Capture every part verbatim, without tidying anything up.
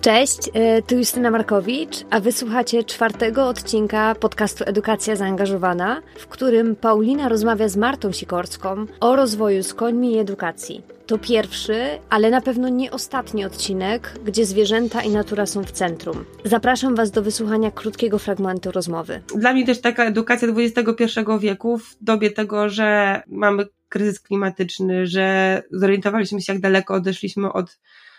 Cześć, tu Justyna Markowicz, a wysłuchacie czwartego odcinka podcastu Edukacja Zaangażowana, w którym Paulina rozmawia z Martą Sikorską o rozwoju z końmi i edukacji. To pierwszy, ale na pewno nie ostatni odcinek, gdzie zwierzęta i natura są w centrum. Zapraszam Was do wysłuchania krótkiego fragmentu rozmowy. Dla mnie też taka edukacja dwudziestego pierwszego wieku, w dobie tego, że mamy kryzys klimatyczny, że zorientowaliśmy się, jak daleko odeszliśmy od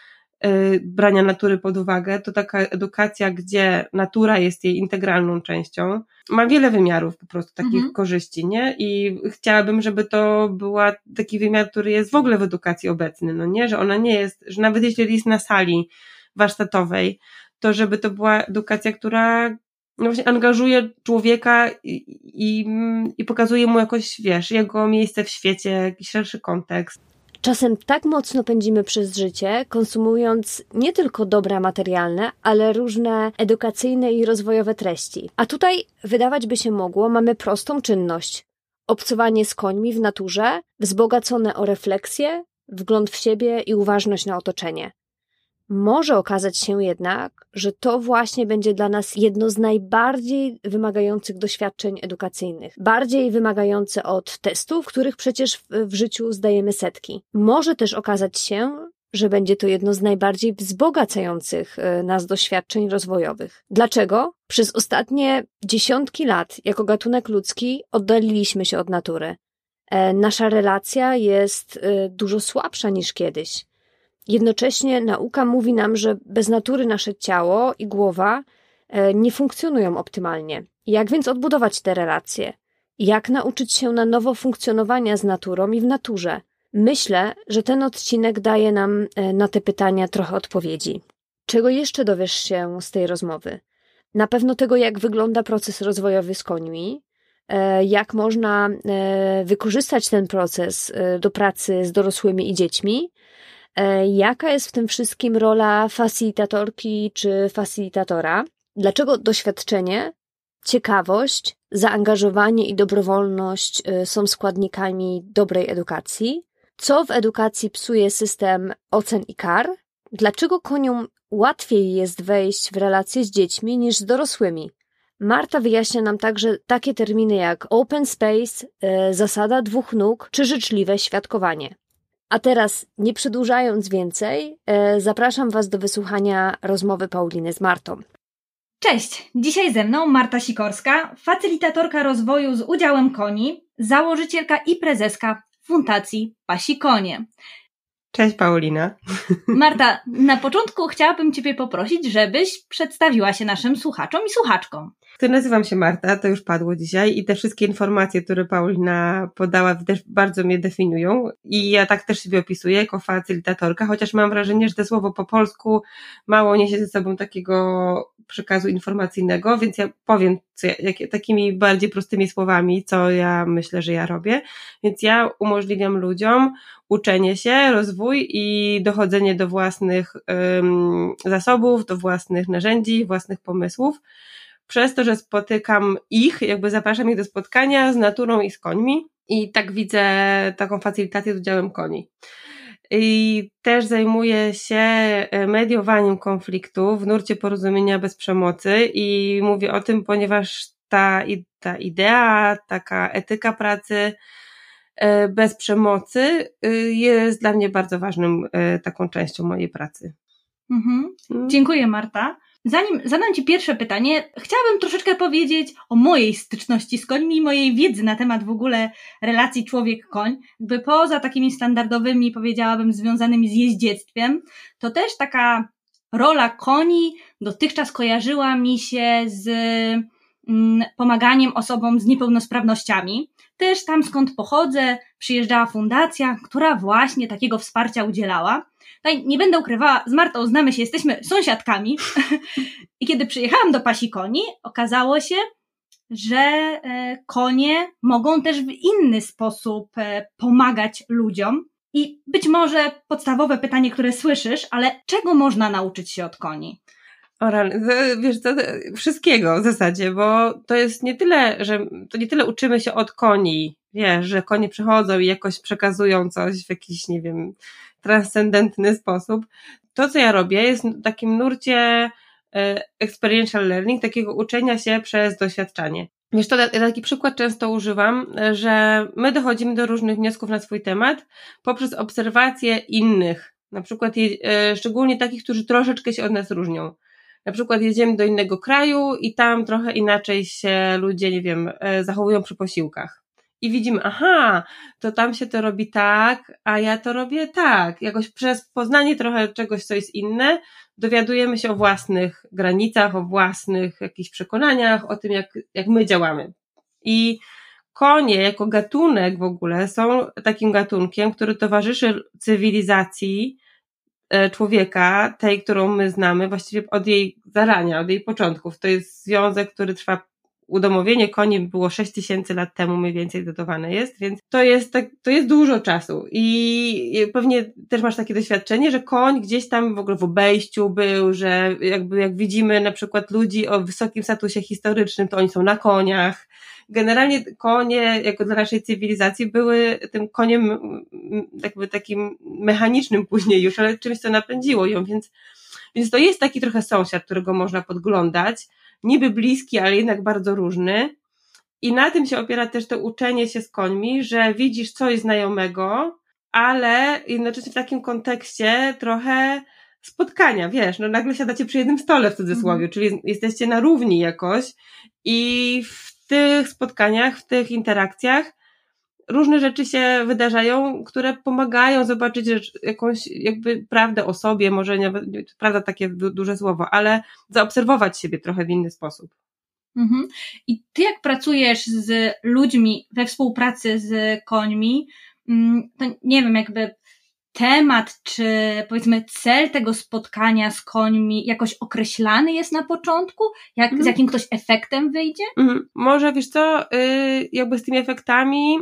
brania natury pod uwagę, to taka edukacja, gdzie natura jest jej integralną częścią, ma wiele wymiarów po prostu takich mhm. korzyści, nie? I chciałabym, żeby to była taki wymiar, który jest w ogóle w edukacji obecny, no nie? Że ona nie jest, że nawet jeśli jest na sali warsztatowej, to żeby to była edukacja, która no właśnie angażuje człowieka i, i, i pokazuje mu jakoś, wiesz, jego miejsce w świecie, jakiś szerszy kontekst. Czasem tak mocno pędzimy przez życie, konsumując nie tylko dobra materialne, ale różne edukacyjne i rozwojowe treści. A tutaj, wydawać by się mogło, mamy prostą czynność. Obcowanie z końmi w naturze, wzbogacone o refleksję, wgląd w siebie i uważność na otoczenie. Może okazać się jednak, że to właśnie będzie dla nas jedno z najbardziej wymagających doświadczeń edukacyjnych. Bardziej wymagające od testów, których przecież w, w życiu zdajemy setki. Może też okazać się, że będzie to jedno z najbardziej wzbogacających nas doświadczeń rozwojowych. Dlaczego? Przez ostatnie dziesiątki lat jako gatunek ludzki oddaliliśmy się od natury. Nasza relacja jest dużo słabsza niż kiedyś. Jednocześnie nauka mówi nam, że bez natury nasze ciało i głowa nie funkcjonują optymalnie. Jak więc odbudować te relacje? Jak nauczyć się na nowo funkcjonowania z naturą i w naturze? Myślę, że ten odcinek daje nam na te pytania trochę odpowiedzi. Czego jeszcze dowiesz się z tej rozmowy? Na pewno tego, jak wygląda proces rozwojowy z końmi, jak można wykorzystać ten proces do pracy z dorosłymi i dziećmi, jaka jest w tym wszystkim rola facylitatorki czy facylitatora? Dlaczego doświadczenie, ciekawość, zaangażowanie i dobrowolność są składnikami dobrej edukacji? Co w edukacji psuje system ocen i kar? Dlaczego koniom łatwiej jest wejść w relacje z dziećmi niż z dorosłymi? Marta wyjaśnia nam także takie terminy jak open space, zasada dwóch nóg czy życzliwe świadkowanie. A teraz, nie przedłużając więcej, zapraszam Was do wysłuchania rozmowy Pauliny z Martą. Cześć! Dzisiaj ze mną Marta Sikorska, facylitatorka rozwoju z udziałem koni, założycielka i prezeska Fundacji Pasi Konie. Cześć Paulina. Marta, na początku chciałabym Ciebie poprosić, żebyś przedstawiła się naszym słuchaczom i słuchaczkom. To nazywam się Marta, to już padło dzisiaj i te wszystkie informacje, które Paulina podała, też bardzo mnie definiują i ja tak też siebie opisuję jako facylitatorka, chociaż mam wrażenie, że to słowo po polsku mało niesie ze sobą takiego przekazu informacyjnego, więc ja powiem co ja, jak, takimi bardziej prostymi słowami, co ja myślę, że ja robię. Więc ja umożliwiam ludziom uczenie się, rozwój i dochodzenie do własnych ym, zasobów, do własnych narzędzi, własnych pomysłów, przez to, że spotykam ich, jakby zapraszam ich do spotkania z naturą i z końmi i tak widzę taką facylitację z udziałem koni. I też zajmuję się mediowaniem konfliktu w nurcie porozumienia bez przemocy i mówię o tym, ponieważ ta, ta idea, taka etyka pracy bez przemocy jest dla mnie bardzo ważnym taką częścią mojej pracy. Mhm. Dziękuję, Marta. Zanim zadam Ci pierwsze pytanie, chciałabym troszeczkę powiedzieć o mojej styczności z końmi i mojej wiedzy na temat w ogóle relacji człowiek-koń. Jakby poza takimi standardowymi, powiedziałabym, związanymi z jeździectwem, to też taka rola koni dotychczas kojarzyła mi się z mm, pomaganiem osobom z niepełnosprawnościami. Też tam, skąd pochodzę, przyjeżdżała fundacja, która właśnie takiego wsparcia udzielała. Tutaj nie będę ukrywała, z Martą znamy się, jesteśmy sąsiadkami i kiedy przyjechałam do Pasi Koni, okazało się, że konie mogą też w inny sposób pomagać ludziom. I być może podstawowe pytanie, które słyszysz, ale czego można nauczyć się od koni? O rany, wiesz co, wszystkiego w zasadzie, bo to jest nie tyle, że to nie tyle uczymy się od koni, wiesz, że konie przychodzą i jakoś przekazują coś w jakiś, nie wiem, transcendentny sposób, to, co ja robię, jest w takim nurcie experiential learning, takiego uczenia się przez doświadczanie. Wiesz, to ja taki przykład często używam, że my dochodzimy do różnych wniosków na swój temat poprzez obserwacje innych, na przykład je, szczególnie takich, którzy troszeczkę się od nas różnią. Na przykład jedziemy do innego kraju i tam trochę inaczej się ludzie, nie wiem, zachowują przy posiłkach. I widzimy, aha, to tam się to robi tak, a ja to robię tak. Jakoś przez poznanie trochę czegoś, co jest inne, dowiadujemy się o własnych granicach, o własnych jakichś przekonaniach, o tym, jak, jak my działamy. I konie jako gatunek w ogóle są takim gatunkiem, który towarzyszy cywilizacji człowieka, tej, którą my znamy, właściwie od jej zarania, od jej początków. To jest związek, który trwa, udomowienie koni było sześć tysięcy lat temu mniej więcej datowane jest, więc to jest tak, to jest dużo czasu i pewnie też masz takie doświadczenie, że koń gdzieś tam w ogóle w obejściu był, że jakby jak widzimy na przykład ludzi o wysokim statusie historycznym, to oni są na koniach. Generalnie konie jako dla naszej cywilizacji były tym koniem jakby takim mechanicznym później już, ale czymś, co napędziło ją, więc, więc to jest taki trochę sąsiad, którego można podglądać, niby bliski, ale jednak bardzo różny. I na tym się opiera też to uczenie się z końmi, że widzisz coś znajomego, ale jednocześnie w takim kontekście trochę spotkania, wiesz, no nagle siadacie przy jednym stole w cudzysłowie, mhm. czyli jesteście na równi jakoś i w tych spotkaniach, w tych interakcjach różne rzeczy się wydarzają, które pomagają zobaczyć jakąś jakby prawdę o sobie, może nie, prawda takie du- duże słowo, ale zaobserwować siebie trochę w inny sposób. Mhm. I ty jak pracujesz z ludźmi we współpracy z końmi, to nie wiem, jakby temat, czy powiedzmy cel tego spotkania z końmi jakoś określany jest na początku? Jak, mhm. Z jakim ktoś efektem wyjdzie? Mhm. Może wiesz co, yy, jakby z tymi efektami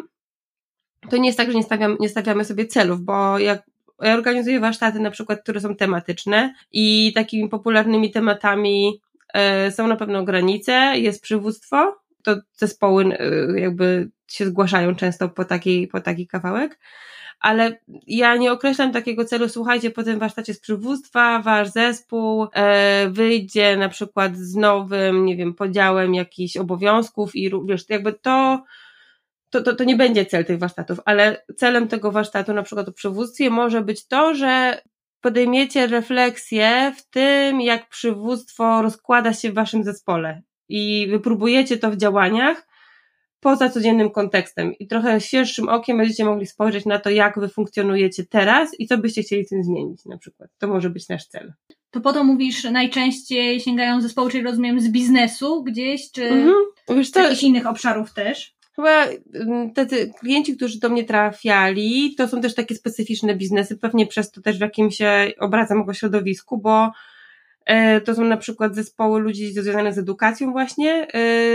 to nie jest tak, że nie stawiamy, nie stawiamy sobie celów, bo jak ja organizuję warsztaty na przykład, które są tematyczne i takimi popularnymi tematami y, są na pewno granice, jest przywództwo, to zespoły y, jakby się zgłaszają często po taki, po taki kawałek, ale ja nie określam takiego celu, słuchajcie, po tym warsztacie z przywództwa wasz zespół e, wyjdzie na przykład z nowym, nie wiem, podziałem jakichś obowiązków i wiesz, jakby to To, to, to nie będzie cel tych warsztatów, ale celem tego warsztatu, na przykład o przywództwie, może być to, że podejmiecie refleksję w tym, jak przywództwo rozkłada się w waszym zespole i wypróbujecie to w działaniach poza codziennym kontekstem i trochę świeższym okiem będziecie mogli spojrzeć na to, jak wy funkcjonujecie teraz i co byście chcieli w tym zmienić na przykład. To może być nasz cel. To po to mówisz, najczęściej sięgają zespoły, czyli rozumiem z biznesu gdzieś, czy mhm. Wiesz, z jakichś innych obszarów też? Chyba tacy klienci, którzy do mnie trafiali, to są też takie specyficzne biznesy, pewnie przez to też w jakim się obracam jako środowisku, bo to są na przykład zespoły ludzi związanych z edukacją właśnie,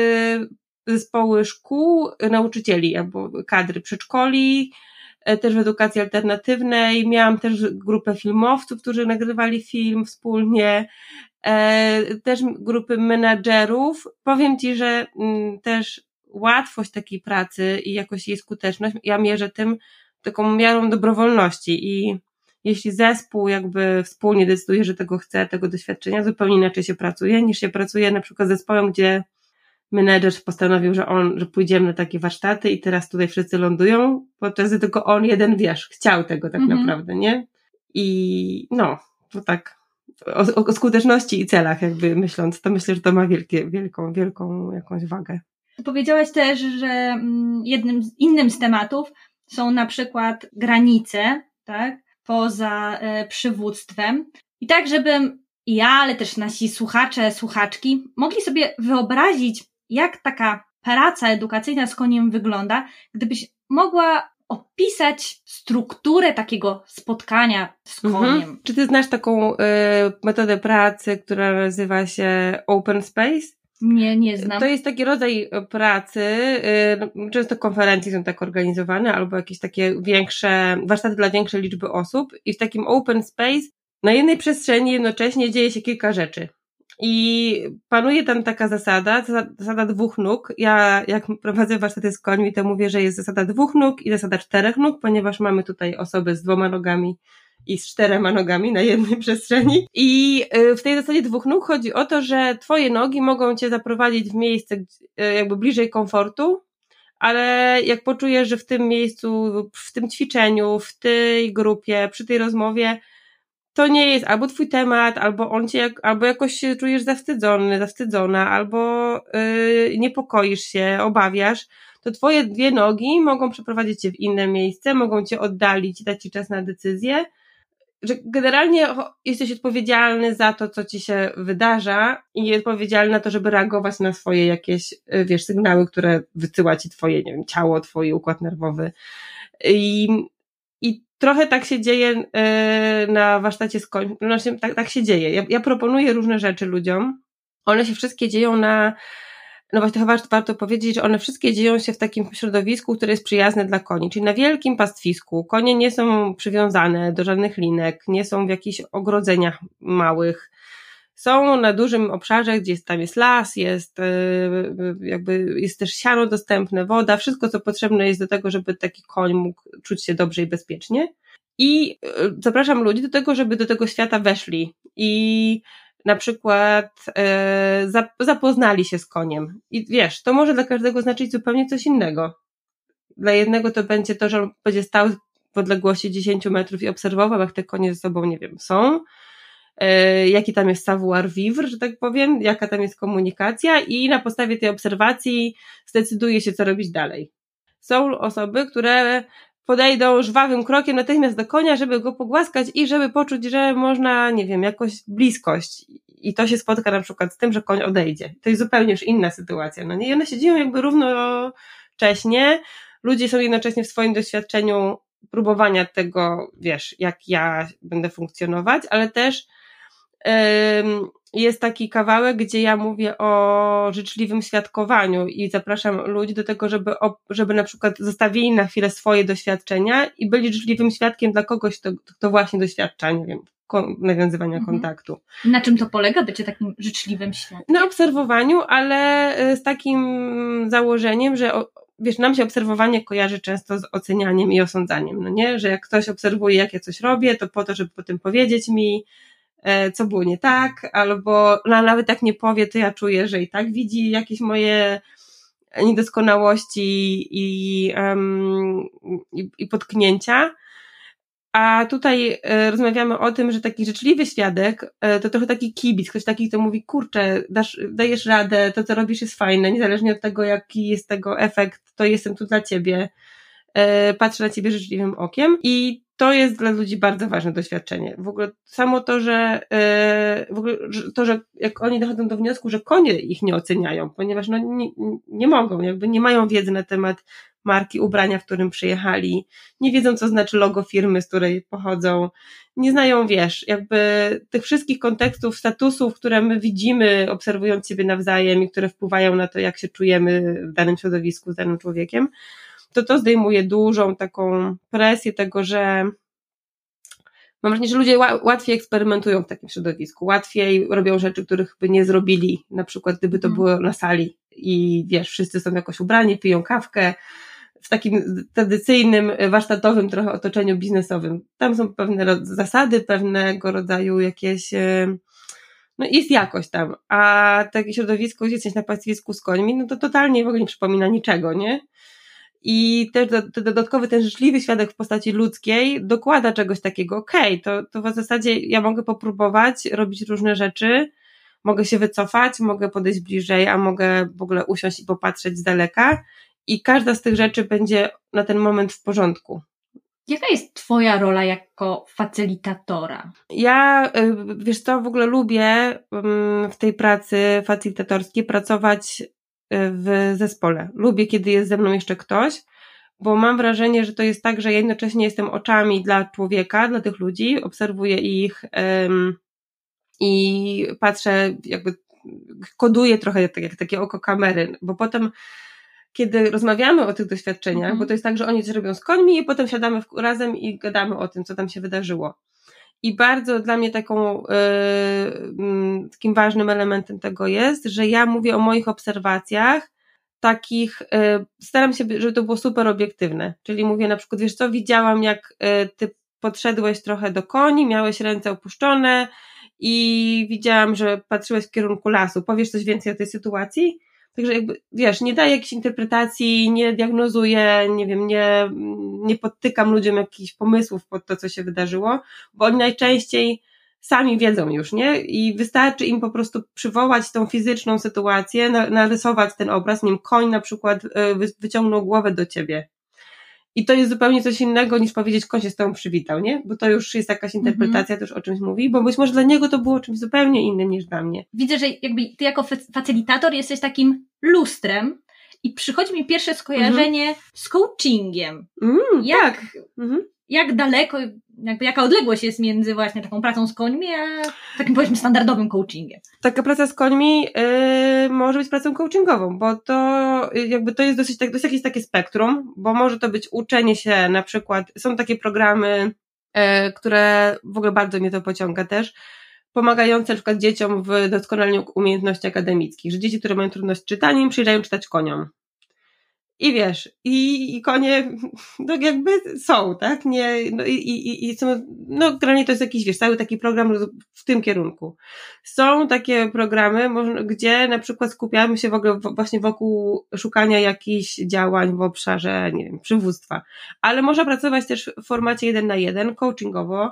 zespoły szkół, nauczycieli albo kadry przedszkoli, też w edukacji alternatywnej. Miałam też grupę filmowców, którzy nagrywali film wspólnie, też grupy menadżerów. Powiem Ci, że też łatwość takiej pracy i jakoś jej skuteczność, ja mierzę tym taką miarą dobrowolności i jeśli zespół jakby wspólnie decyduje, że tego chce, tego doświadczenia, zupełnie inaczej się pracuje, niż się pracuje na przykład z zespołem, gdzie menedżer postanowił, że on, że pójdziemy na takie warsztaty i teraz tutaj wszyscy lądują, podczas gdy tylko on jeden, wiesz, chciał tego tak mhm. naprawdę, nie? I no, to tak o, o skuteczności i celach jakby myśląc, to myślę, że to ma wielkie, wielką, wielką jakąś wagę. Powiedziałaś też, że jednym z, innym z tematów są na przykład granice, tak, poza e, przywództwem. I tak, żebym ja, ale też nasi słuchacze, słuchaczki mogli sobie wyobrazić, jak taka praca edukacyjna z koniem wygląda, gdybyś mogła opisać strukturę takiego spotkania z koniem. Mhm. Czy ty znasz taką y, metodę pracy, która nazywa się Open Space? Nie, nie znam. To jest taki rodzaj pracy, często konferencje są tak organizowane, albo jakieś takie większe, warsztaty dla większej liczby osób i w takim open space na jednej przestrzeni jednocześnie dzieje się kilka rzeczy. I panuje tam taka zasada, zasada dwóch nóg. Ja jak prowadzę warsztaty z końmi, to mówię, że jest zasada dwóch nóg i zasada czterech nóg, ponieważ mamy tutaj osoby z dwoma nogami i z czterema nogami na jednej przestrzeni. I w tej zasadzie dwóch nóg chodzi o to, że twoje nogi mogą cię zaprowadzić w miejsce jakby bliżej komfortu, ale jak poczujesz, że w tym miejscu, w tym ćwiczeniu, w tej grupie, przy tej rozmowie to nie jest albo twój temat, albo on cię, albo jakoś się czujesz zawstydzony, zawstydzona, albo yy, niepokoisz się, obawiasz, to twoje dwie nogi mogą przeprowadzić cię w inne miejsce, mogą cię oddalić, dać ci czas na decyzję, że generalnie jesteś odpowiedzialny za to, co ci się wydarza i odpowiedzialny na to, żeby reagować na swoje jakieś, wiesz, sygnały, które wysyła ci twoje, nie wiem, ciało, twój układ nerwowy. I, i trochę tak się dzieje na warsztacie z końmi. Znaczy, tak, tak się dzieje. Ja, ja proponuję różne rzeczy ludziom. One się wszystkie dzieją na No właśnie, chyba warto powiedzieć, że one wszystkie dzieją się w takim środowisku, które jest przyjazne dla koni, czyli na wielkim pastwisku. Konie nie są przywiązane do żadnych linek, nie są w jakichś ogrodzeniach małych. Są na dużym obszarze, gdzie jest, tam jest las, jest jakby jest też siano dostępne, woda, wszystko co potrzebne jest do tego, żeby taki koń mógł czuć się dobrze i bezpiecznie. I zapraszam ludzi do tego, żeby do tego świata weszli i na przykład e, zapoznali się z koniem. I wiesz, to może dla każdego znaczyć zupełnie coś innego. Dla jednego to będzie to, że on będzie stał w odległości dziesięć metrów i obserwował, jak te konie ze sobą, nie wiem, są, e, jaki tam jest savoir vivre, że tak powiem, jaka tam jest komunikacja i na podstawie tej obserwacji zdecyduje się, co robić dalej. Są osoby, które podejdą żwawym krokiem natychmiast do konia, żeby go pogłaskać i żeby poczuć, że można, nie wiem, jakoś bliskość. I to się spotka na przykład z tym, że koń odejdzie. To jest zupełnie już inna sytuacja, no nie? I one się dzieją jakby równocześnie. Ludzie są jednocześnie w swoim doświadczeniu próbowania tego, wiesz, jak ja będę funkcjonować, ale też ym, jest taki kawałek, gdzie ja mówię o życzliwym świadkowaniu i zapraszam ludzi do tego, żeby, żeby na przykład zostawili na chwilę swoje doświadczenia i byli życzliwym świadkiem dla kogoś, kto, kto właśnie doświadcza, nie wiem, nawiązywania mhm. kontaktu. Na czym to polega, bycie takim życzliwym świadkiem? Na obserwowaniu, ale z takim założeniem, że wiesz, nam się obserwowanie kojarzy często z ocenianiem i osądzaniem, no nie? Że jak ktoś obserwuje, jak ja coś robię, to po to, żeby potem powiedzieć mi, co było nie tak, albo no, nawet jak nie powie, to ja czuję, że i tak widzi jakieś moje niedoskonałości i, um, i, i potknięcia. A tutaj e, rozmawiamy o tym, że taki życzliwy świadek e, to trochę taki kibic, ktoś taki, kto mówi, kurczę, dasz, dajesz radę, to co robisz jest fajne, niezależnie od tego, jaki jest tego efekt, to jestem tu dla ciebie, e, patrzę na ciebie życzliwym okiem i to jest dla ludzi bardzo ważne doświadczenie. W ogóle samo to, że yy, w ogóle to, że jak oni dochodzą do wniosku, że konie ich nie oceniają, ponieważ no nie, nie mogą, jakby nie mają wiedzy na temat marki ubrania, w którym przyjechali, nie wiedzą, co znaczy logo firmy, z której pochodzą, nie znają, wiesz, jakby tych wszystkich kontekstów, statusów, które my widzimy, obserwując siebie nawzajem i które wpływają na to, jak się czujemy w danym środowisku z danym człowiekiem. To to zdejmuje dużą taką presję tego, że mam wrażenie, że ludzie łatwiej eksperymentują w takim środowisku, łatwiej robią rzeczy, których by nie zrobili, na przykład gdyby to było na sali i wiesz, wszyscy są jakoś ubrani, piją kawkę w takim tradycyjnym, warsztatowym trochę otoczeniu biznesowym. Tam są pewne zasady, pewnego rodzaju jakieś, no jest jakość tam, a takie środowisko, gdzie jesteś na pastwisku z końmi, no to totalnie w ogóle nie przypomina niczego, nie? I też do, to dodatkowy ten życzliwy świadek w postaci ludzkiej dokłada czegoś takiego, okej, okay, to, to w zasadzie ja mogę popróbować robić różne rzeczy, mogę się wycofać, mogę podejść bliżej, a mogę w ogóle usiąść i popatrzeć z daleka i każda z tych rzeczy będzie na ten moment w porządku. Jaka jest twoja rola jako facylitatora? Ja, wiesz co, w ogóle lubię w tej pracy facylitatorskiej pracować w zespole. Lubię, kiedy jest ze mną jeszcze ktoś, bo mam wrażenie, że to jest tak, że ja jednocześnie jestem oczami dla człowieka, dla tych ludzi, obserwuję ich um, i patrzę, jakby koduję trochę tak jak takie oko kamery, bo potem kiedy rozmawiamy o tych doświadczeniach, mm. bo to jest tak, że oni coś robią z końmi i potem siadamy w, razem i gadamy o tym, co tam się wydarzyło. I bardzo dla mnie taką, yy, takim ważnym elementem tego jest, że ja mówię o moich obserwacjach takich, yy, staram się, żeby to było super obiektywne. Czyli mówię na przykład, wiesz co, widziałam jak yy, ty podszedłeś trochę do koni, miałeś ręce opuszczone i widziałam, że patrzyłeś w kierunku lasu. Powiesz coś więcej o tej sytuacji? Także jakby, wiesz, nie daję jakiejś interpretacji, nie diagnozuję, nie wiem, nie, nie podtykam ludziom jakichś pomysłów pod to, co się wydarzyło, bo oni najczęściej sami wiedzą już, nie? I wystarczy im po prostu przywołać tą fizyczną sytuację, narysować ten obraz, nie wiem, koń na przykład wyciągnął głowę do ciebie. I to jest zupełnie coś innego niż powiedzieć, koń się z tobą przywitał, nie? Bo to już jest jakaś interpretacja, mm-hmm. też o czymś mówi, bo być może dla niego to było czymś zupełnie innym niż dla mnie. Widzę, że jakby ty jako facylitator jesteś takim lustrem i przychodzi mi pierwsze skojarzenie mm-hmm. z coachingiem. Mm, jak, tak. Mm-hmm. jak daleko, jakby jaka odległość jest między właśnie taką pracą z końmi, a takim powiedzmy standardowym coachingiem? Taka praca z końmi yy, może być pracą coachingową, bo to jakby to jest dosyć, to jest jakieś takie spektrum, bo może to być uczenie się, na przykład są takie programy, yy, które w ogóle bardzo mnie to pociąga też, pomagające na przykład dzieciom w doskonaleniu umiejętności akademickich, że dzieci, które mają trudność z czytaniem, przyjdą czytać koniom. I wiesz, i, i konie, no jakby są, tak, nie, no i, i, i są, no generalnie to jest jakiś, wiesz, cały taki program w tym kierunku. Są takie programy, gdzie na przykład skupiamy się w ogóle właśnie wokół szukania jakichś działań w obszarze, nie wiem, przywództwa, ale można pracować też w formacie jeden na jeden, coachingowo,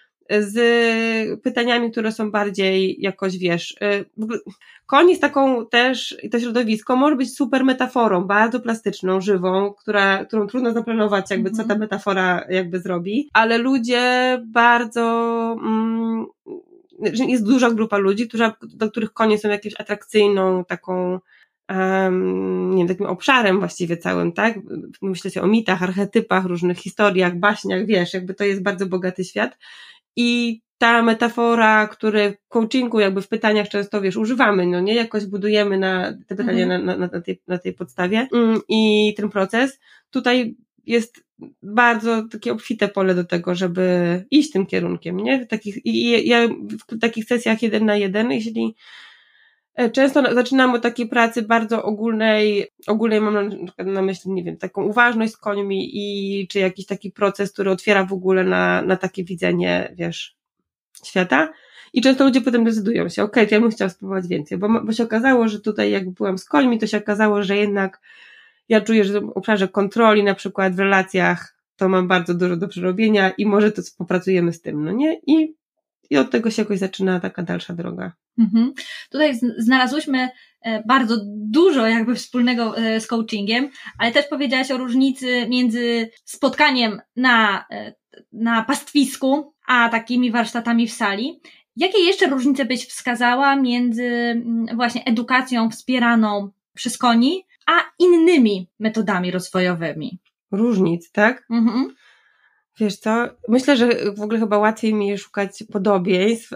z pytaniami, które są bardziej jakoś, wiesz, w ogóle koń jest taką też, i to środowisko może być super metaforą, bardzo plastyczną, żywą, która, którą trudno zaplanować jakby, co ta metafora jakby zrobi, ale ludzie bardzo, mm, jest duża grupa ludzi, która, do których konie są jakąś atrakcyjną taką, Um, nie wiem, takim obszarem właściwie całym, tak? Myślę sobie o mitach, archetypach, różnych historiach, baśniach, wiesz, jakby to jest bardzo bogaty świat. I ta metafora, której w coachingu jakby w pytaniach często, wiesz, używamy, no nie? Jakoś budujemy na te pytania mhm. na, na, na, tej, na tej podstawie. Mm, I ten proces tutaj jest bardzo takie obfite pole do tego, żeby iść tym kierunkiem, nie? W takich, i ja w takich sesjach jeden na jeden, jeśli często zaczynamy od takiej pracy bardzo ogólnej, ogólnej mam na, na myśli, nie wiem, taką uważność z końmi i czy jakiś taki proces, który otwiera w ogóle na, na takie widzenie, wiesz, świata. I często ludzie potem decydują się, okej, okay, to ja bym chciała spróbować więcej, bo, bo się okazało, że tutaj jak byłam z końmi, to się okazało, że jednak ja czuję, że w obszarze kontroli, na przykład w relacjach, to mam bardzo dużo do przerobienia i może to popracujemy z tym, no nie? I I od tego się jakoś zaczyna taka dalsza droga. Mhm. Tutaj znalazłyśmy bardzo dużo jakby wspólnego z coachingiem, ale też powiedziałaś o różnicy między spotkaniem na, na pastwisku, a takimi warsztatami w sali. Jakie jeszcze różnice byś wskazała między właśnie edukacją wspieraną przez koni, a innymi metodami rozwojowymi? Różnic, tak? Mhm. Wiesz co, myślę, że w ogóle chyba łatwiej mi szukać podobieństw,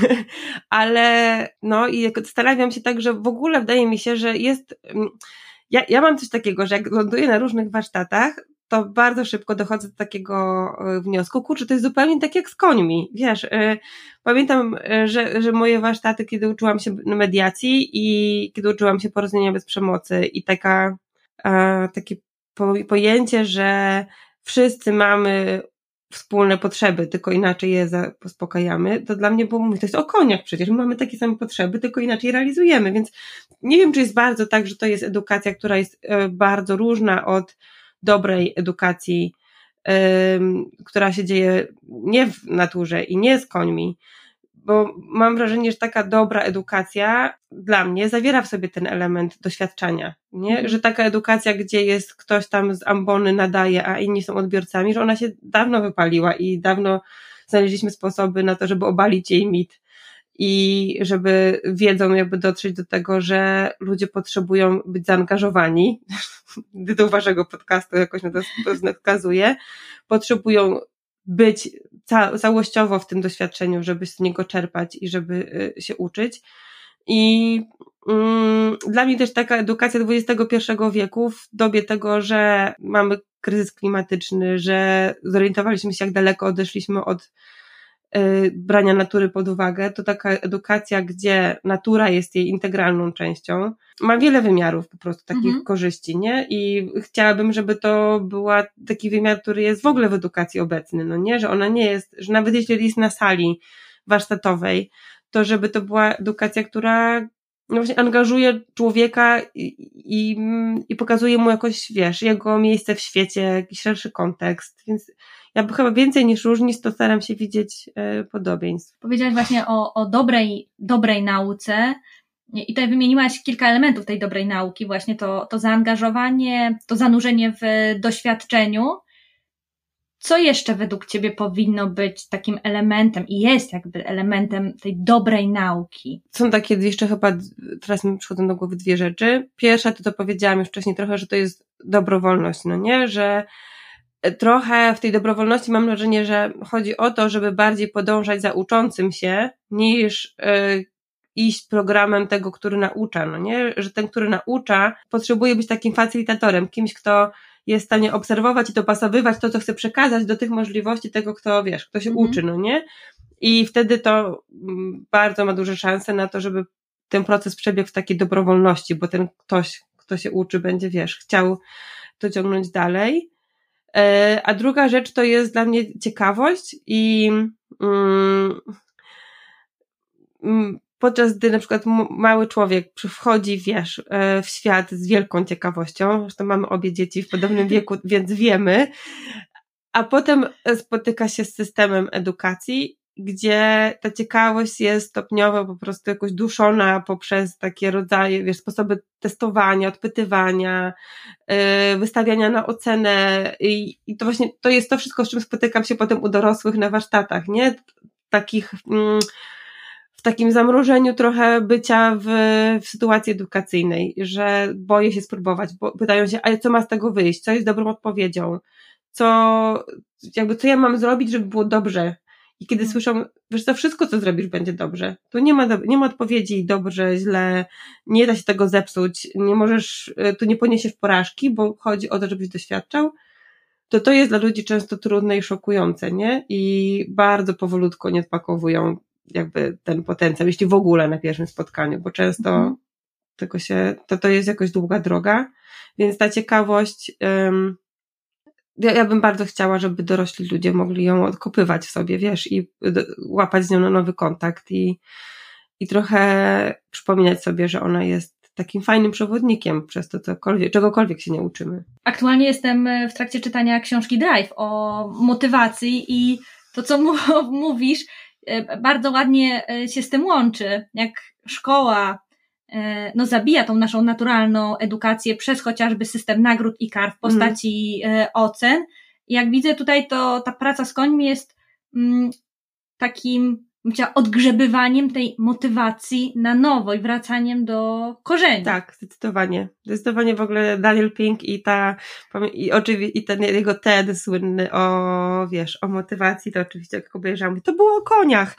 ale no i zastanawiam się tak, że w ogóle wydaje mi się, że jest, ja, ja mam coś takiego, że jak ląduję na różnych warsztatach, to bardzo szybko dochodzę do takiego wniosku, kurczę, to jest zupełnie tak jak z końmi, wiesz, pamiętam, że, że moje warsztaty, kiedy uczyłam się mediacji i kiedy uczyłam się porozumienia bez przemocy i taka, takie pojęcie, że wszyscy mamy wspólne potrzeby, tylko inaczej je zaspokajamy, to dla mnie było mówić, to jest o koniach przecież, my mamy takie same potrzeby, tylko inaczej realizujemy, więc nie wiem, czy jest bardzo tak, że to jest edukacja, która jest bardzo różna od dobrej edukacji, um, która się dzieje nie w naturze i nie z końmi, bo mam wrażenie, że taka dobra edukacja dla mnie zawiera w sobie ten element doświadczenia, nie? Mm. Że taka edukacja, gdzie jest ktoś tam z ambony nadaje, a inni są odbiorcami, że ona się dawno wypaliła i dawno znaleźliśmy sposoby na to, żeby obalić jej mit i żeby wiedzą jakby dotrzeć do tego, że ludzie potrzebują być zaangażowani, tytuł waszego podcastu jakoś na to wskazuje, potrzebują być ca- całościowo w tym doświadczeniu, żeby z niego czerpać i żeby y, się uczyć. I mm, dla mnie też taka edukacja dwudziestego pierwszego wieku w dobie tego, że mamy kryzys klimatyczny, że zorientowaliśmy się, jak daleko odeszliśmy od brania natury pod uwagę, to taka edukacja, gdzie natura jest jej integralną częścią, ma wiele wymiarów po prostu takich mhm. korzyści, nie? I chciałabym, żeby to była taki wymiar, który jest w ogóle w edukacji obecny, no nie? Że ona nie jest, że nawet jeśli jest na sali warsztatowej, to żeby to była edukacja, która no właśnie angażuje człowieka i, i, i pokazuje mu jakoś, wiesz, jego miejsce w świecie, jakiś szerszy kontekst, więc ja chyba więcej niż różnic, to staram się widzieć y, podobieństw. Powiedziałaś właśnie o, o dobrej, dobrej nauce i tutaj wymieniłaś kilka elementów tej dobrej nauki, właśnie to, to zaangażowanie, to zanurzenie w doświadczeniu. Co jeszcze według Ciebie powinno być takim elementem i jest jakby elementem tej dobrej nauki? Są takie dwie jeszcze chyba, teraz mi przychodzą do głowy dwie rzeczy. Pierwsza to to powiedziałam już wcześniej trochę, że to jest dobrowolność, no nie? Że trochę w tej dobrowolności mam wrażenie, że chodzi o to, żeby bardziej podążać za uczącym się, niż yy, iść programem tego, który naucza, no nie? Że ten, który naucza, potrzebuje być takim facylitatorem, kimś, kto jest w stanie obserwować i dopasowywać to, co chce przekazać do tych możliwości tego, kto, wiesz, kto się mhm. uczy, no nie? I wtedy to bardzo ma duże szanse na to, żeby ten proces przebiegł w takiej dobrowolności, bo ten ktoś, kto się uczy, będzie, wiesz, chciał to ciągnąć dalej. A druga rzecz to jest dla mnie ciekawość i mm, podczas gdy na przykład mały człowiek wchodzi, wiesz, w świat z wielką ciekawością, zresztą mamy obie dzieci w podobnym wieku, więc wiemy, a potem spotyka się z systemem edukacji, gdzie ta ciekawość jest stopniowo po prostu jakoś duszona poprzez takie rodzaje, wiesz, sposoby testowania, odpytywania, yy, wystawiania na ocenę i, i to właśnie, to jest to wszystko, z czym spotykam się potem u dorosłych na warsztatach, nie? Takich, mm, w takim zamrożeniu trochę bycia w, w sytuacji edukacyjnej, że boję się spróbować, bo pytają się, ale co ma z tego wyjść, co jest dobrą odpowiedzią, co, jakby co ja mam zrobić, żeby było dobrze. I kiedy hmm. słyszą, wiesz co, wszystko co zrobisz będzie dobrze. Tu nie ma, nie ma odpowiedzi dobrze, źle, nie da się tego zepsuć, nie możesz, tu nie poniesiesz porażki, bo chodzi o to, żebyś doświadczał. To to jest dla ludzi często trudne i szokujące, nie? I bardzo powolutku nie odpakowują jakby ten potencjał, jeśli w ogóle na pierwszym spotkaniu, bo często hmm. tylko się, to to jest jakoś długa droga, więc ta ciekawość, um, Ja, ja bym bardzo chciała, żeby dorośli ludzie mogli ją odkopywać w sobie, wiesz, i d- łapać z nią na nowy kontakt i, i trochę przypominać sobie, że ona jest takim fajnym przewodnikiem przez to, cokolwiek, czegokolwiek się nie uczymy. Aktualnie jestem w trakcie czytania książki Drive o motywacji i to, co m- mówisz, bardzo ładnie się z tym łączy. Jak szkoła no zabija tą naszą naturalną edukację przez chociażby system nagród i kar w postaci mm. ocen. I jak widzę tutaj, to ta praca z końmi jest mm, takim odgrzebywaniem tej motywacji na nowo i wracaniem do korzeni. Tak, zdecydowanie. Zdecydowanie w ogóle Daniel Pink i ta, i oczywiście, i ten jego TED słynny o, wiesz, o motywacji, to oczywiście jak obejrzałam, to było o koniach.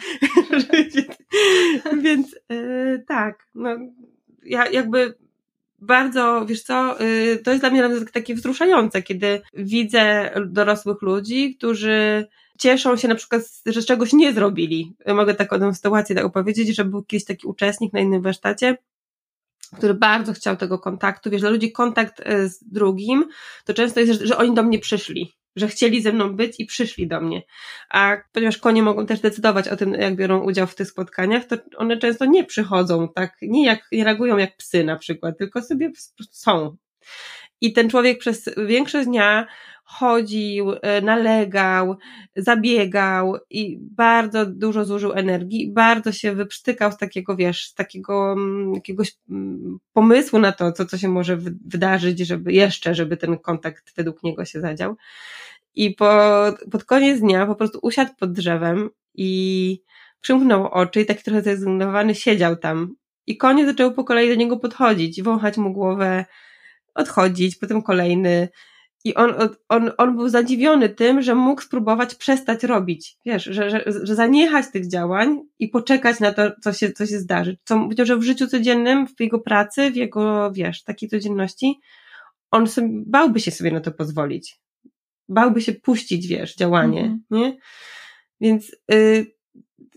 Więc yy, tak, no, ja jakby bardzo, wiesz co, yy, to jest dla mnie nawet takie wzruszające, kiedy widzę dorosłych ludzi, którzy cieszą się na przykład, że czegoś nie zrobili. Mogę taką tę sytuację tak opowiedzieć, że był kiedyś taki uczestnik na innym warsztacie, który bardzo chciał tego kontaktu. Wiesz, dla ludzi kontakt z drugim, to często jest, że oni do mnie przyszli, że chcieli ze mną być i przyszli do mnie. A ponieważ konie mogą też decydować o tym, jak biorą udział w tych spotkaniach, to one często nie przychodzą tak, nie, jak, nie reagują jak psy na przykład, tylko sobie po prostu są. I ten człowiek przez większość dnia chodził, nalegał, zabiegał i bardzo dużo zużył energii, bardzo się wyprztykał z takiego, wiesz, z takiego jakiegoś pomysłu na to, co, co się może wydarzyć, żeby jeszcze, żeby ten kontakt według niego się zadział. I po, pod koniec dnia po prostu usiadł pod drzewem i przymknął oczy i taki trochę zrezygnowany siedział tam. I konie zaczęły po kolei do niego podchodzić, wąchać mu głowę, odchodzić, potem kolejny. I on, on, on był zadziwiony tym, że mógł spróbować przestać robić, wiesz, że, że, że zaniechać tych działań i poczekać na to, co się, co się zdarzy. Co powiedział, że w życiu codziennym, w jego pracy, w jego, wiesz, takiej codzienności, on sobie, bałby się sobie na to pozwolić. Bałby się puścić, wiesz, działanie, mm-hmm. nie? Więc y,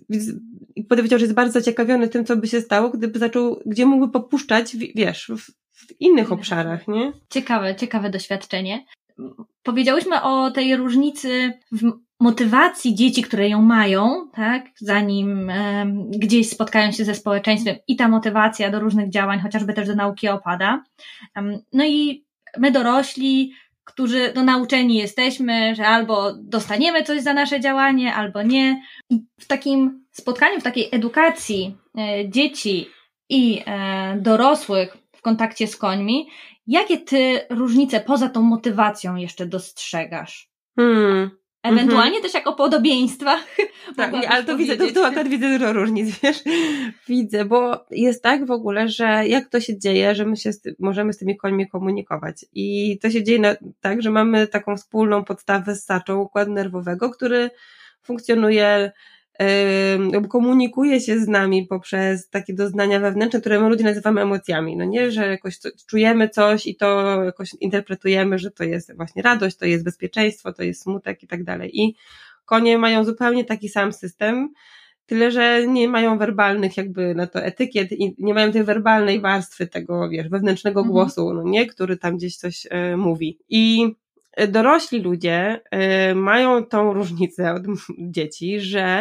powiedział, że jest bardzo zaciekawiony tym, co by się stało, gdyby zaczął, gdzie mógłby popuszczać, wiesz, w, w innych obszarach, nie? Ciekawe, ciekawe doświadczenie. Powiedziałyśmy o tej różnicy w motywacji dzieci, które ją mają, tak, zanim e, gdzieś spotkają się ze społeczeństwem i ta motywacja do różnych działań, chociażby też do nauki opada. Um, no i my dorośli, którzy no, nauczeni jesteśmy, że albo dostaniemy coś za nasze działanie, albo nie. W takim spotkaniu, w takiej edukacji e, dzieci i e, dorosłych w kontakcie z końmi, jakie ty różnice poza tą motywacją jeszcze dostrzegasz? Hmm. Ewentualnie mm-hmm. też jako podobieństwa. Tak, ale to widzę, to, to akurat widzę dużo różnic, wiesz. Widzę, bo jest tak w ogóle, że jak to się dzieje, że my się z, możemy z tymi końmi komunikować. I to się dzieje na, tak, że mamy taką wspólną podstawę ssaczą układu nerwowego, który funkcjonuje, yy, komunikuje się z nami poprzez takie doznania wewnętrzne, które my ludzie nazywamy emocjami. No nie, że jakoś to, czujemy coś i to jakoś interpretujemy, że to jest właśnie radość, to jest bezpieczeństwo, to jest smutek i tak dalej. I konie mają zupełnie taki sam system, tyle że nie mają werbalnych jakby na to etykiet i nie mają tej werbalnej warstwy tego, wiesz, wewnętrznego mhm. głosu, no nie, który tam gdzieś coś e, mówi. I dorośli ludzie e, mają tą różnicę od dzieci, że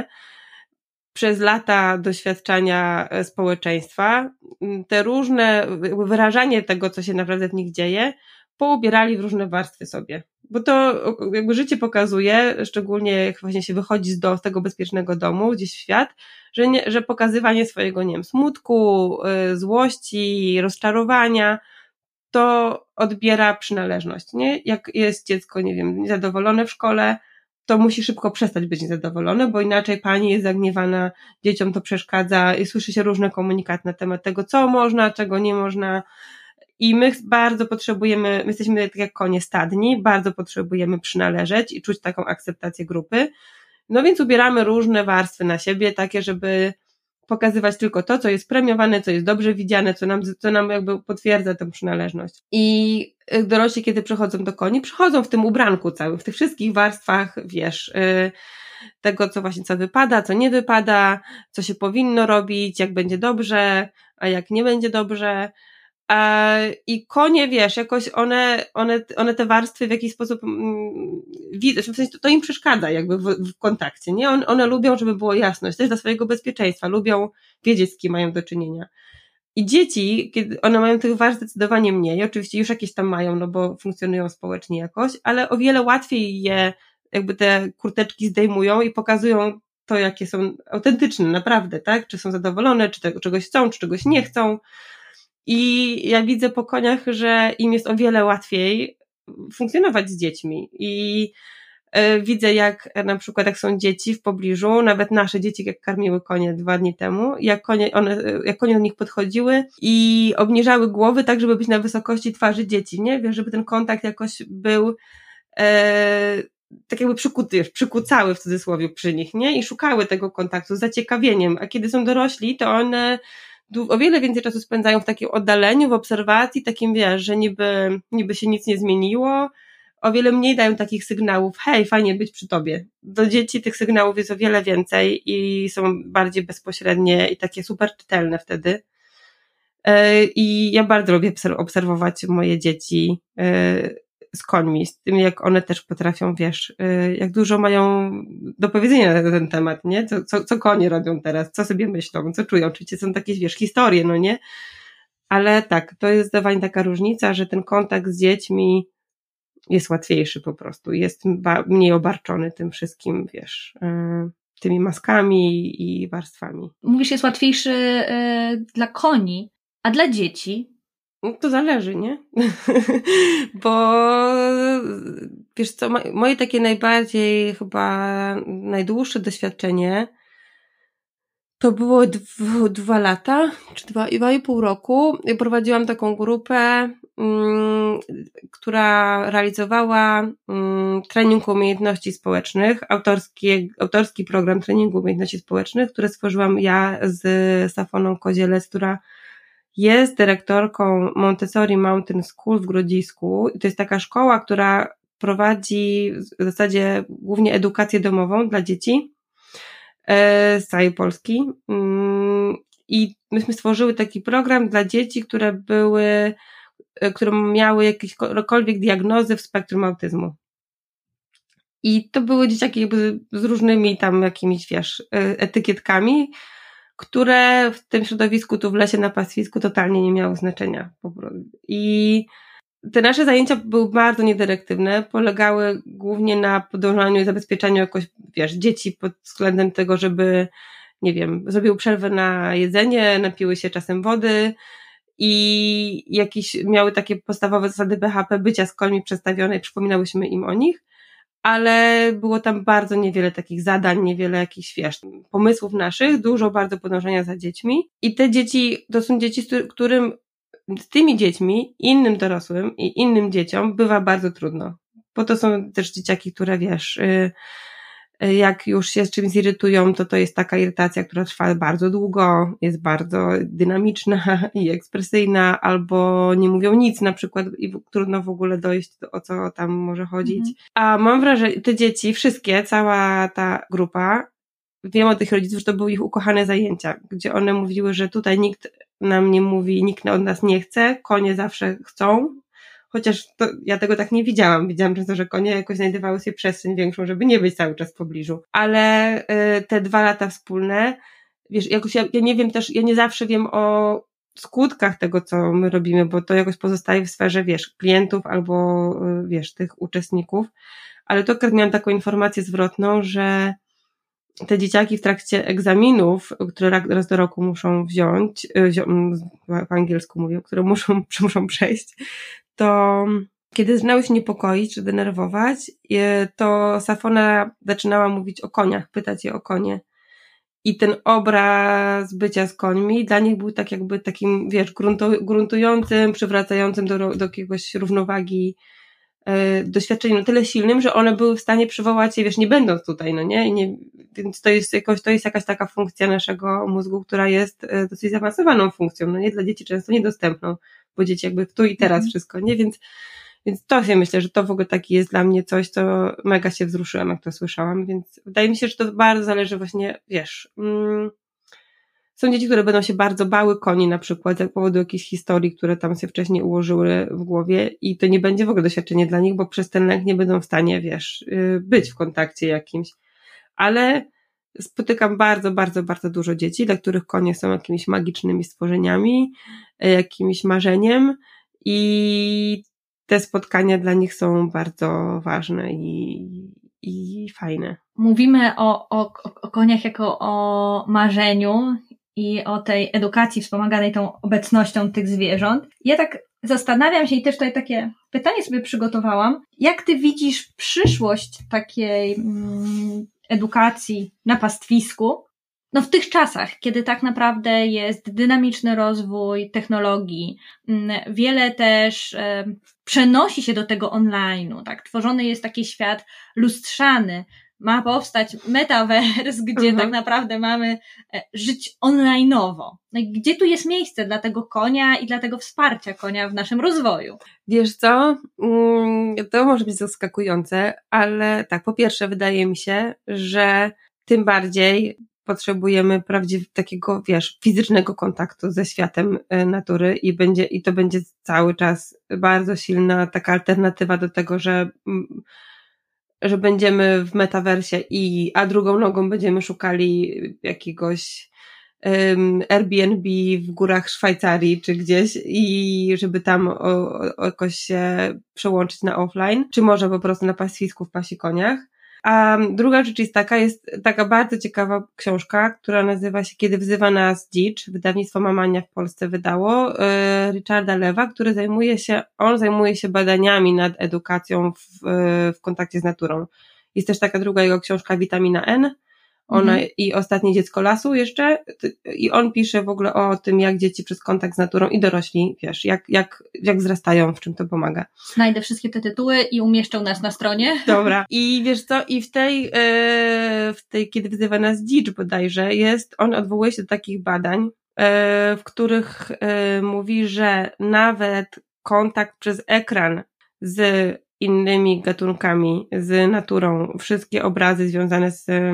przez lata doświadczania społeczeństwa te różne, wyrażanie tego, co się naprawdę w nich dzieje, poubierali w różne warstwy sobie. Bo to jakby życie pokazuje, szczególnie jak właśnie się wychodzi z, do, z tego bezpiecznego domu gdzieś w świat, że, nie, że pokazywanie swojego, nie wiem, smutku, yy, złości, rozczarowania, to odbiera przynależność, nie? Jak jest dziecko, nie wiem, niezadowolone w szkole, to musi szybko przestać być niezadowolone, bo inaczej pani jest zagniewana, dzieciom to przeszkadza i słyszy się różne komunikaty na temat tego, co można, czego nie można. I my bardzo potrzebujemy, my jesteśmy tak jak konie stadni, bardzo potrzebujemy przynależeć i czuć taką akceptację grupy. No więc ubieramy różne warstwy na siebie, takie, żeby pokazywać tylko to, co jest premiowane, co jest dobrze widziane, co nam, co nam jakby potwierdza tę przynależność. I dorośli, kiedy przychodzą do koni, przychodzą w tym ubranku całym, w tych wszystkich warstwach, wiesz, yy, tego, co właśnie, co wypada, co nie wypada, co się powinno robić, jak będzie dobrze, a jak nie będzie dobrze. I konie, wiesz, jakoś one, one, one te warstwy w jakiś sposób mm, widzą, w sensie to, to im przeszkadza jakby w, w kontakcie, nie? One, one lubią, żeby było jasność, też dla swojego bezpieczeństwa, lubią wiedzieć, z kim mają do czynienia. I dzieci, kiedy one mają tych warstw zdecydowanie mniej, oczywiście już jakieś tam mają, no bo funkcjonują społecznie jakoś, ale o wiele łatwiej je, jakby te kurteczki zdejmują i pokazują to, jakie są autentyczne, naprawdę, tak? Czy są zadowolone, czy tego czegoś chcą, czy czegoś nie chcą. I ja widzę po koniach, że im jest o wiele łatwiej funkcjonować z dziećmi i y, widzę jak na przykład jak są dzieci w pobliżu, nawet nasze dzieci jak karmiły konie dwa dni temu, jak konie, one, jak konie do nich podchodziły i obniżały głowy tak, żeby być na wysokości twarzy dzieci, nie? Wiesz, żeby ten kontakt jakoś był e, tak jakby przykuty, przykucały w cudzysłowie przy nich, nie? I szukały tego kontaktu z zaciekawieniem, a kiedy są dorośli, to one o wiele więcej czasu spędzają w takim oddaleniu, w obserwacji, takim wiesz, że niby, niby się nic nie zmieniło, o wiele mniej dają takich sygnałów, hej, fajnie być przy tobie. Do dzieci tych sygnałów jest o wiele więcej i są bardziej bezpośrednie i takie super czytelne wtedy. I ja bardzo lubię obserwować moje dzieci z końmi, z tym jak one też potrafią, wiesz, jak dużo mają do powiedzenia na ten temat, nie? Co, co, co konie robią teraz, co sobie myślą, co czują, oczywiście są takie, wiesz, historie, no nie? Ale tak, to jest zdecydowanie taka różnica, że ten kontakt z dziećmi jest łatwiejszy po prostu, jest ba- mniej obarczony tym wszystkim, wiesz, yy, tymi maskami i warstwami. Mówisz, jest łatwiejszy yy, dla koni, a dla dzieci? No to zależy, nie? Bo wiesz co, moje takie najbardziej chyba najdłuższe doświadczenie to było dw, dwa lata, czy dwa, dwa i pół roku. I prowadziłam taką grupę, um, która realizowała um, trening umiejętności społecznych, autorski, autorski program treningu umiejętności społecznych, który stworzyłam ja z Safoną Kozielec, która jest dyrektorką Montessori Mountain School w Grodzisku. To jest taka szkoła, która prowadzi w zasadzie głównie edukację domową dla dzieci z całej Polski. I myśmy stworzyły taki program dla dzieci, które były, które miały jakiekolwiek diagnozy w spektrum autyzmu. I to były dzieciaki jakby z różnymi tam jakimiś, wiesz, etykietkami, które w tym środowisku tu w lesie na pastwisku totalnie nie miały znaczenia. I te nasze zajęcia były bardzo niedyrektywne, polegały głównie na podążaniu i zabezpieczaniu jakoś, wiesz, dzieci pod względem tego, żeby, nie wiem, zrobiły przerwę na jedzenie, napiły się czasem wody i jakieś miały takie podstawowe zasady B H P bycia z końmi przedstawione i przypominałyśmy im o nich, ale było tam bardzo niewiele takich zadań, niewiele jakichś, wiesz, pomysłów naszych, dużo bardzo podążania za dziećmi i te dzieci, to są dzieci, z którym z tymi dziećmi, innym dorosłym i innym dzieciom bywa bardzo trudno, bo to są też dzieciaki, które, wiesz, jak już się z czymś zirytują, to to jest taka irytacja, która trwa bardzo długo, jest bardzo dynamiczna i ekspresyjna, albo nie mówią nic na przykład i trudno w ogóle dojść, o co tam może chodzić. Mhm. A mam wrażenie, te dzieci, wszystkie, cała ta grupa, wiem od tych rodziców, że to były ich ukochane zajęcia, gdzie one mówiły, że tutaj nikt nam nie mówi, nikt od nas nie chce, konie zawsze chcą, chociaż to, ja tego tak nie widziałam. Widziałam często, że konie jakoś znajdowały sobie przestrzeń większą, żeby nie być cały czas w pobliżu. Ale y, te dwa lata wspólne, wiesz, jakoś ja, ja nie wiem też, ja nie zawsze wiem o skutkach tego, co my robimy, bo to jakoś pozostaje w sferze, wiesz, klientów albo, y, wiesz, tych uczestników. Ale to akurat miałam taką informację zwrotną, że te dzieciaki w trakcie egzaminów, które raz do roku muszą wziąć, po angielsku mówię, które muszą, muszą przejść, to kiedy zaczynały się niepokoić czy denerwować, to Safona zaczynała mówić o koniach, pytać je o konie. I ten obraz bycia z końmi dla nich był tak jakby takim, wiesz, gruntującym, przywracającym do, do jakiegoś równowagi doświadczeniem na tyle silnym, że one były w stanie przywołać je, wiesz, nie będąc tutaj, no nie? I nie, więc to jest jakoś, to jest jakaś taka funkcja naszego mózgu, która jest dosyć zaawansowaną funkcją, no nie? Dla dzieci często niedostępną, bo dzieci jakby tu i teraz wszystko, nie? Więc, więc to się myślę, że to w ogóle taki jest dla mnie coś, co mega się wzruszyłam, jak to słyszałam, więc wydaje mi się, że to bardzo zależy właśnie, wiesz, mm, są dzieci, które będą się bardzo bały koni na przykład z powodu jakichś historii, które tam się wcześniej ułożyły w głowie i to nie będzie w ogóle doświadczenie dla nich, bo przez ten lęk nie będą w stanie, wiesz, być w kontakcie jakimś. Ale spotykam bardzo, bardzo, bardzo dużo dzieci, dla których konie są jakimiś magicznymi stworzeniami, jakimś marzeniem i te spotkania dla nich są bardzo ważne i, i fajne. Mówimy o, o, o koniach jako o marzeniu i o tej edukacji wspomaganej tą obecnością tych zwierząt. Ja tak zastanawiam się i też tutaj takie pytanie sobie przygotowałam. Jak ty widzisz przyszłość takiej mm, edukacji na pastwisku? No w tych czasach, kiedy tak naprawdę jest dynamiczny rozwój technologii, wiele też e, przenosi się do tego online'u, tak? Tworzony jest taki świat lustrzany, ma powstać metaverse, gdzie mhm. tak naprawdę mamy żyć online'owo. No i gdzie tu jest miejsce dla tego konia i dla tego wsparcia konia w naszym rozwoju? Wiesz co, to może być zaskakujące, ale tak, po pierwsze wydaje mi się, że tym bardziej potrzebujemy prawdziwie takiego, wiesz, fizycznego kontaktu ze światem natury i będzie, i to będzie cały czas bardzo silna taka alternatywa do tego, że że będziemy w metaversie i, a drugą nogą będziemy szukali jakiegoś um, Airbnb w górach Szwajcarii czy gdzieś i żeby tam o, o, jakoś się przełączyć na offline, czy może po prostu na pastwisku w pasikoniach. A druga rzecz jest taka, jest taka bardzo ciekawa książka, która nazywa się Kiedy wzywa nas dzicz, wydawnictwo Mamania w Polsce wydało, yy, Richarda Lewa, który zajmuje się, on zajmuje się badaniami nad edukacją w, w kontakcie z naturą. Jest też taka druga jego książka Witamina N, ona mhm. i Ostatnie dziecko lasu jeszcze i on pisze w ogóle o tym, jak dzieci przez kontakt z naturą i dorośli, wiesz, jak, jak, jak wzrastają, w czym to pomaga. Znajdę wszystkie te tytuły i umieszczę nas na stronie. Dobra. I wiesz co, i w tej, yy, w tej Kiedy wzywa nas dzicz bodajże jest, on odwołuje się do takich badań, yy, w których yy, mówi, że nawet kontakt przez ekran z innymi gatunkami, z naturą, wszystkie obrazy związane z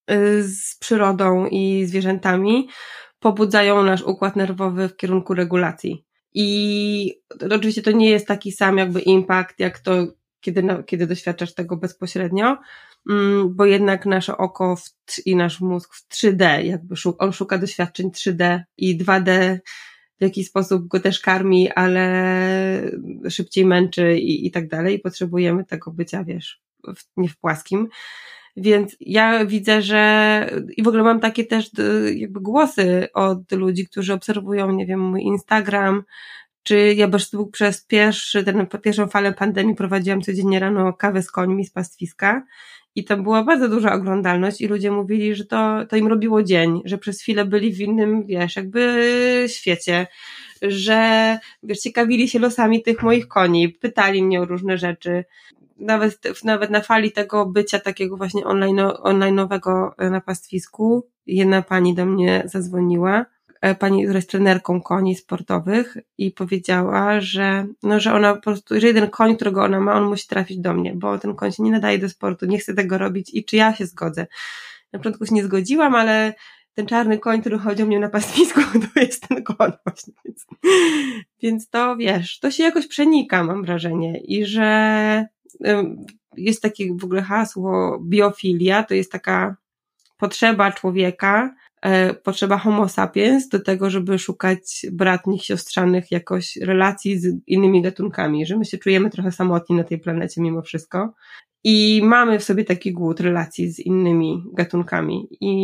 z przyrodą i zwierzętami pobudzają nasz układ nerwowy w kierunku regulacji. I to, oczywiście to nie jest taki sam jakby impact, jak to, kiedy, kiedy doświadczasz tego bezpośrednio, bo jednak nasze oko w, i nasz mózg w trzy D, jakby szuka, on szuka doświadczeń trzy D i dwa D w jakiś sposób go też karmi, ale szybciej męczy i, i tak dalej. I potrzebujemy tego bycia, wiesz, w, nie w płaskim. Więc ja widzę, że i w ogóle mam takie też jakby głosy od ludzi, którzy obserwują, nie wiem, mój Instagram, czy ja przez pierwszy, ten, pierwszą falę pandemii prowadziłam codziennie rano kawę z końmi z pastwiska i tam była bardzo duża oglądalność i ludzie mówili, że to, to im robiło dzień, że przez chwilę byli w innym, wiesz, jakby świecie, że wiesz, ciekawili się losami tych moich koni, pytali mnie o różne rzeczy. Nawet, nawet na fali tego bycia takiego właśnie online, online'owego na pastwisku, jedna pani do mnie zadzwoniła, pani, która jest trenerką koni sportowych i powiedziała, że, no, że ona po prostu, że jeden koń, którego ona ma, on musi trafić do mnie, bo ten koń się nie nadaje do sportu, nie chce tego robić i czy ja się zgodzę. Na początku się nie zgodziłam, ale ten czarny koń, który chodzi o mnie na pastwisku, to jest ten koń właśnie. Więc, więc to, wiesz, to się jakoś przenika, mam wrażenie, i że jest takie w ogóle hasło biofilia, to jest taka potrzeba człowieka, potrzeba homo sapiens do tego, żeby szukać bratnich, siostrzanych jakoś relacji z innymi gatunkami, że my się czujemy trochę samotni na tej planecie mimo wszystko i mamy w sobie taki głód relacji z innymi gatunkami i,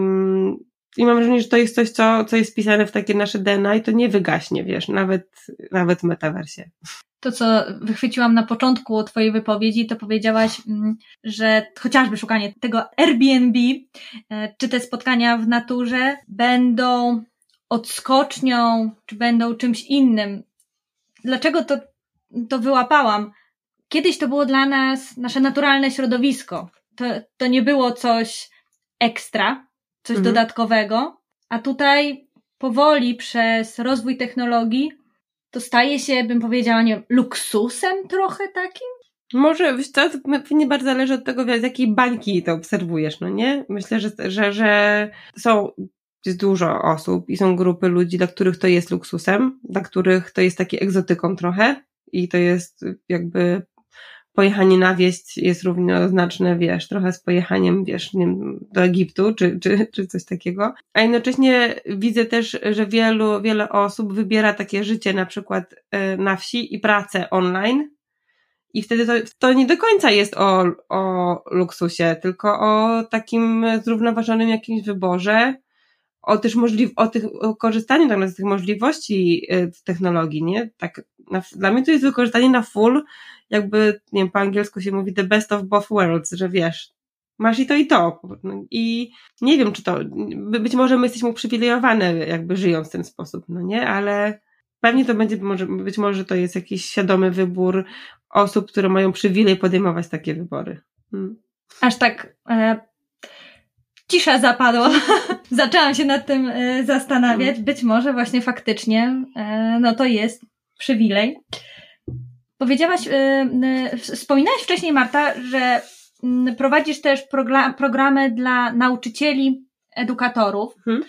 i mam wrażenie, że to jest coś, co, co jest wpisane w takie nasze D N A i to nie wygaśnie, wiesz, nawet, nawet w metaversie. To, co wychwyciłam na początku twojej wypowiedzi, to powiedziałaś, że chociażby szukanie tego Airbnb, czy te spotkania w naturze będą odskocznią, czy będą czymś innym. Dlaczego to, to wyłapałam? Kiedyś to było dla nas nasze naturalne środowisko. To, to nie było coś ekstra, coś mhm. dodatkowego, a tutaj powoli przez rozwój technologii to staje się, bym powiedziała, nie wiem, luksusem trochę takim? Może, wiesz co, to pewnie bardzo zależy od tego, z jakiej bańki to obserwujesz, no nie? Myślę, że, że, że są, jest dużo osób i są grupy ludzi, dla których to jest luksusem, dla których to jest taki egzotyką trochę i to jest jakby pojechanie na wieś jest równoznaczne, wiesz, trochę z pojechaniem, wiesz, nie wiem, do Egiptu, czy, czy, czy coś takiego. A jednocześnie widzę też, że wielu, wiele osób wybiera takie życie na przykład na wsi i pracę online i wtedy to, to nie do końca jest o, o luksusie, tylko o takim zrównoważonym jakimś wyborze, o też możliw- o tych, o korzystaniu tak z tych możliwości technologii, nie? Tak, na, dla mnie to jest wykorzystanie na full, jakby, nie wiem, po angielsku się mówi the best of both worlds, że wiesz, masz i to i to. I nie wiem, czy to, być może my jesteśmy uprzywilejowane, jakby żyjąc w ten sposób, no nie? Ale pewnie to będzie, może, być może to jest jakiś świadomy wybór osób, które mają przywilej podejmować takie wybory. Hmm. Aż tak e, cisza zapadła. Zaczęłam się nad tym e, zastanawiać. Hmm. Być może właśnie faktycznie e, no to jest przywilej. Powiedziałaś, yy, wspominałaś wcześniej, Marta, że yy, prowadzisz też progla- programy dla nauczycieli, edukatorów. Hmm.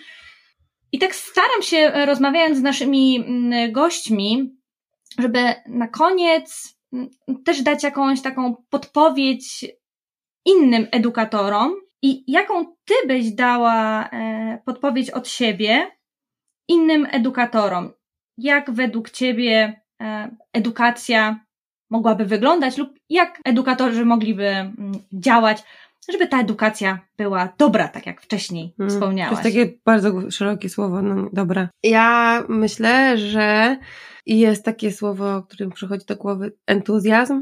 I tak staram się, rozmawiając z naszymi yy, gośćmi, żeby na koniec yy, też dać jakąś taką podpowiedź innym edukatorom. I jaką ty byś dała yy, podpowiedź od siebie innym edukatorom? Jak według ciebie edukacja mogłaby wyglądać lub jak edukatorzy mogliby działać, żeby ta edukacja była dobra, tak jak wcześniej hmm, wspomniałaś. To jest takie bardzo szerokie słowo, no dobra. Ja myślę, że jest takie słowo, o którym przychodzi do głowy entuzjazm,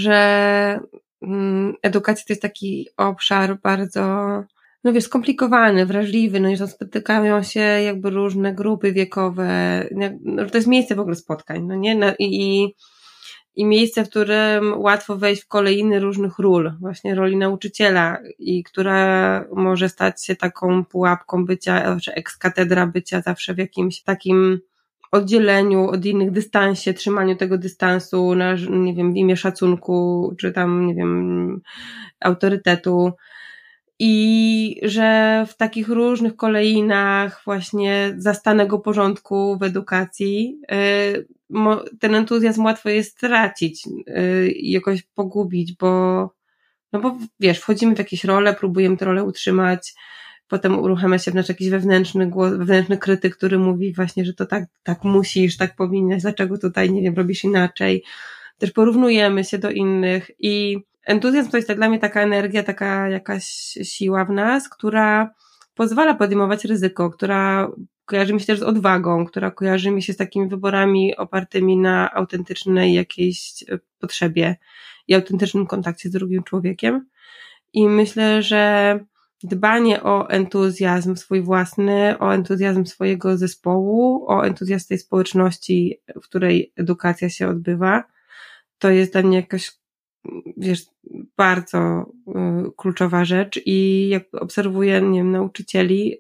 że edukacja to jest taki obszar bardzo, no wiesz, skomplikowany, wrażliwy, no i że spotykają się jakby różne grupy wiekowe, no, to jest miejsce w ogóle spotkań, no nie, no, i, i miejsce, w którym łatwo wejść w kolejny różnych ról, właśnie roli nauczyciela i która może stać się taką pułapką bycia, czy ex-katedra bycia zawsze w jakimś takim oddzieleniu od innych, dystansie, trzymaniu tego dystansu na, nie wiem, w imię szacunku, czy tam, nie wiem, autorytetu. i że w takich różnych kolejnach właśnie zastanego porządku w edukacji ten entuzjazm łatwo jest stracić i jakoś pogubić, bo no bo wiesz, wchodzimy w jakieś role, próbujemy te role utrzymać, potem uruchamia się w nas jakiś wewnętrzny głos, wewnętrzny krytyk, który mówi właśnie, że to tak, tak musisz, tak powinnaś, dlaczego tutaj, nie wiem, robisz inaczej. Też porównujemy się do innych i entuzjazm to jest dla mnie taka energia, taka jakaś siła w nas, która pozwala podejmować ryzyko, która kojarzy mi się też z odwagą, która kojarzy mi się z takimi wyborami opartymi na autentycznej jakiejś potrzebie i autentycznym kontakcie z drugim człowiekiem. I myślę, że dbanie o entuzjazm swój własny, o entuzjazm swojego zespołu, o entuzjazm tej społeczności, w której edukacja się odbywa, to jest dla mnie jakoś, wiesz, bardzo y, kluczowa rzecz i jak obserwuję, nie wiem, nauczycieli,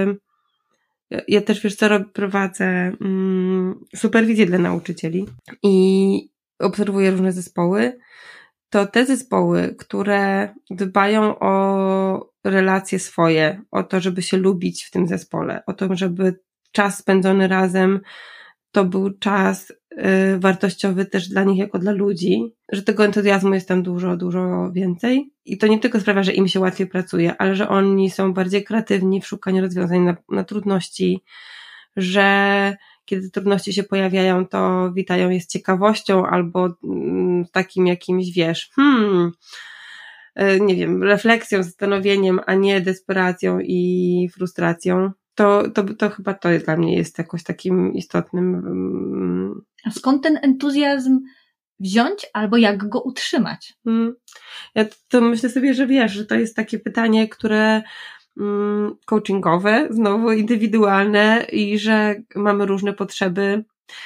y, ja też, wiesz co, robię, prowadzę y, superwizję dla nauczycieli i obserwuję różne zespoły, to te zespoły, które dbają o relacje swoje, o to, żeby się lubić w tym zespole, o to, żeby czas spędzony razem to był czas y, wartościowy też dla nich jako dla ludzi, że tego entuzjazmu jest tam dużo, dużo więcej i to nie tylko sprawia, że im się łatwiej pracuje, ale że oni są bardziej kreatywni w szukaniu rozwiązań na, na trudności, że kiedy trudności się pojawiają, to witają je z ciekawością albo mm, takim jakimś, wiesz, hmm, y, nie wiem, refleksją, zastanowieniem, a nie desperacją i frustracją. To, to, to chyba to jest dla mnie jest jakoś takim istotnym. A skąd ten entuzjazm wziąć albo jak go utrzymać? Ja to myślę sobie, że wiesz, że to jest takie pytanie, które um, coachingowe, znowu indywidualne i że mamy różne potrzeby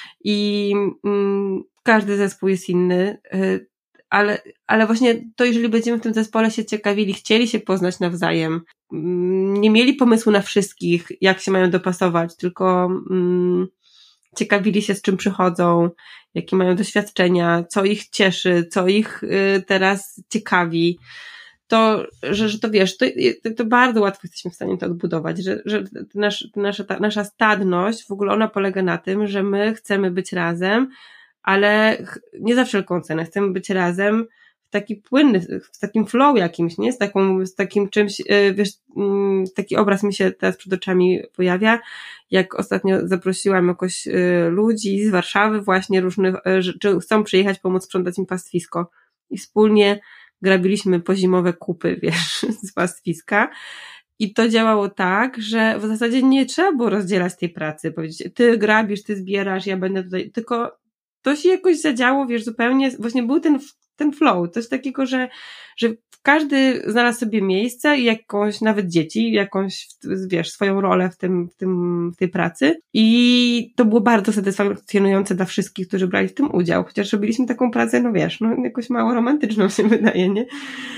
i um, każdy zespół jest inny, y, ale, ale właśnie to, jeżeli będziemy w tym zespole się ciekawili, chcieli się poznać nawzajem, nie mieli pomysłu na wszystkich, jak się mają dopasować, tylko mm, ciekawili się, z czym przychodzą, jakie mają doświadczenia, co ich cieszy, co ich y, teraz ciekawi, to, że, że to wiesz, to, to bardzo łatwo jesteśmy w stanie to odbudować, że, że nasz, nasza, ta, nasza stadność w ogóle ona polega na tym, że my chcemy być razem, ale nie za wszelką cenę, chcemy być razem w taki płynny, w takim flow jakimś, nie? Z taką, z takim czymś, wiesz, taki obraz mi się teraz przed oczami pojawia, jak ostatnio zaprosiłam jakoś ludzi z Warszawy właśnie różnych, czy chcą przyjechać pomóc sprzątać im pastwisko i wspólnie grabiliśmy pozimowe kupy, wiesz, z pastwiska. I to działało tak, że w zasadzie nie trzeba było rozdzielać tej pracy, powiedzieć, ty grabisz, ty zbierasz, ja będę tutaj, tylko to się jakoś zadziało, wiesz, zupełnie, właśnie był ten, ten flow, coś takiego, że, że każdy znalazł sobie miejsce i jakąś, nawet dzieci, jakąś, wiesz, swoją rolę w tym, w tym, w tej pracy i to było bardzo satysfakcjonujące dla wszystkich, którzy brali w tym udział, chociaż robiliśmy taką pracę, no wiesz, no jakoś mało romantyczną się wydaje, nie?